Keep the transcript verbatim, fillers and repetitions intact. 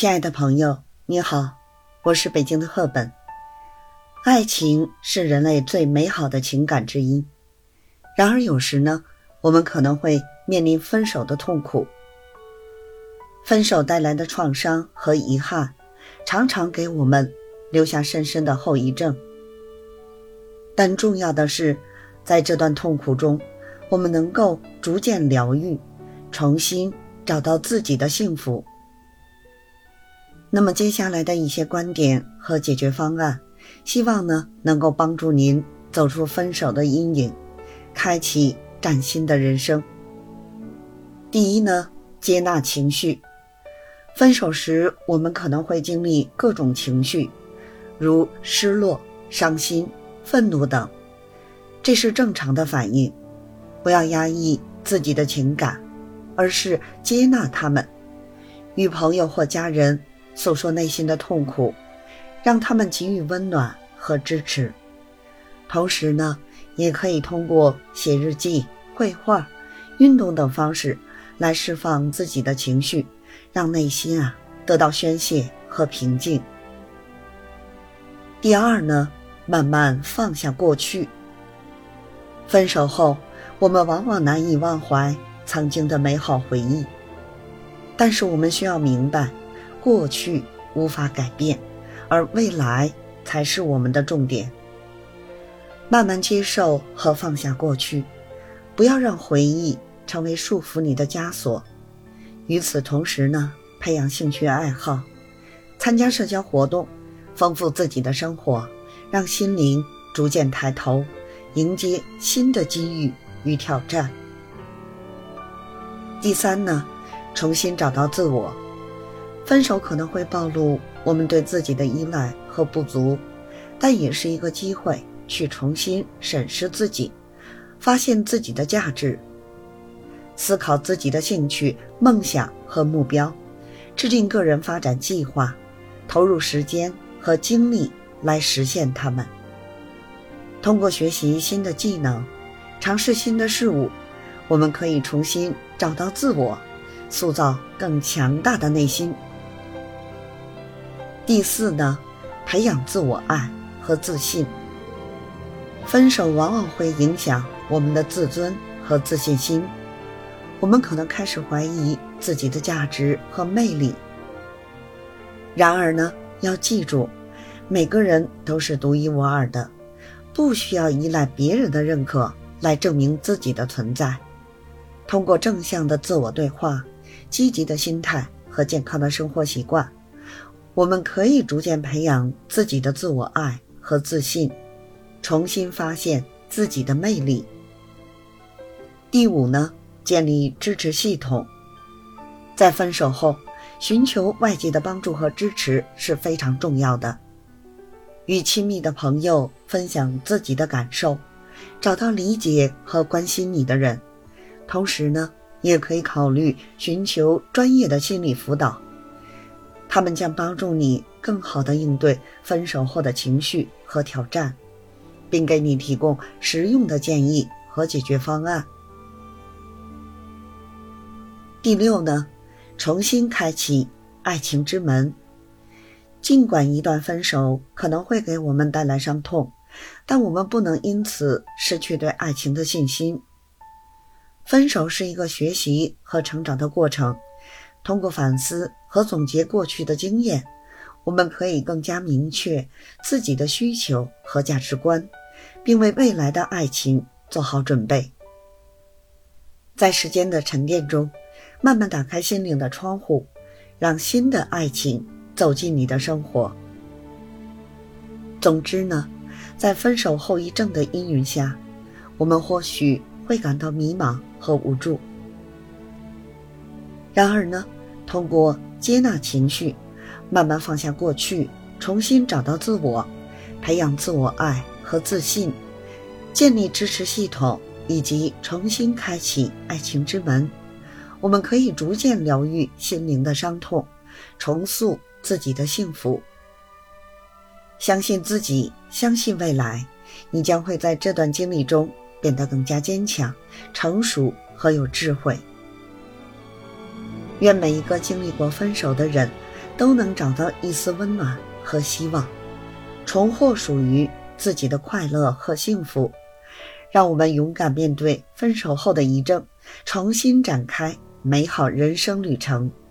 亲爱的朋友，你好，我是北京的赫本。爱情是人类最美好的情感之一，然而有时呢，我们可能会面临分手的痛苦。分手带来的创伤和遗憾，常常给我们留下深深的后遗症。但重要的是，在这段痛苦中，我们能够逐渐疗愈，重新找到自己的幸福。那么接下来的一些观点和解决方案，希望呢能够帮助您走出分手的阴影，开启崭新的人生。第一呢，接纳情绪。分手时我们可能会经历各种情绪，如失落、伤心、愤怒等，这是正常的反应。不要压抑自己的情感，而是接纳他们。与朋友或家人诉说内心的痛苦，让他们给予温暖和支持。同时呢，也可以通过写日记、绘画、运动等方式来释放自己的情绪，让内心啊得到宣泄和平静。第二呢，慢慢放下过去。分手后，我们往往难以忘怀曾经的美好回忆，但是我们需要明白，过去无法改变，而未来才是我们的重点。慢慢接受和放下过去，不要让回忆成为束缚你的枷锁。与此同时呢，培养兴趣爱好，参加社交活动，丰富自己的生活，让心灵逐渐抬头，迎接新的机遇与挑战。第三呢，重新找到自我。分手可能会暴露我们对自己的依赖和不足，但也是一个机会去重新审视自己，发现自己的价值，思考自己的兴趣、梦想和目标，制定个人发展计划，投入时间和精力来实现它们。通过学习新的技能，尝试新的事物，我们可以重新找到自我，塑造更强大的内心。第四呢，培养自我爱和自信。分手往往会影响我们的自尊和自信心，我们可能开始怀疑自己的价值和魅力。然而呢，要记住，每个人都是独一无二的，不需要依赖别人的认可来证明自己的存在。通过正向的自我对话、积极的心态和健康的生活习惯，我们可以逐渐培养自己的自我爱和自信，重新发现自己的魅力。第五呢，建立支持系统。在分手后，寻求外界的帮助和支持是非常重要的。与亲密的朋友分享自己的感受，找到理解和关心你的人。同时呢，也可以考虑寻求专业的心理辅导，他们将帮助你更好地应对分手后的情绪和挑战，并给你提供实用的建议和解决方案。第六呢，重新开启爱情之门。尽管一段分手可能会给我们带来伤痛，但我们不能因此失去对爱情的信心。分手是一个学习和成长的过程，通过反思和总结过去的经验，我们可以更加明确自己的需求和价值观，并为未来的爱情做好准备。在时间的沉淀中，慢慢打开心灵的窗户，让新的爱情走进你的生活。总之呢，在分手后遗症的阴云下，我们或许会感到迷茫和无助。然而呢，通过接纳情绪，慢慢放下过去，重新找到自我，培养自我爱和自信，建立支持系统，以及重新开启爱情之门，我们可以逐渐疗愈心灵的伤痛，重塑自己的幸福。相信自己，相信未来，你将会在这段经历中变得更加坚强、成熟和有智慧。愿每一个经历过分手的人都能找到一丝温暖和希望，重获属于自己的快乐和幸福。让我们勇敢面对分手后的一阵，重新展开美好人生旅程。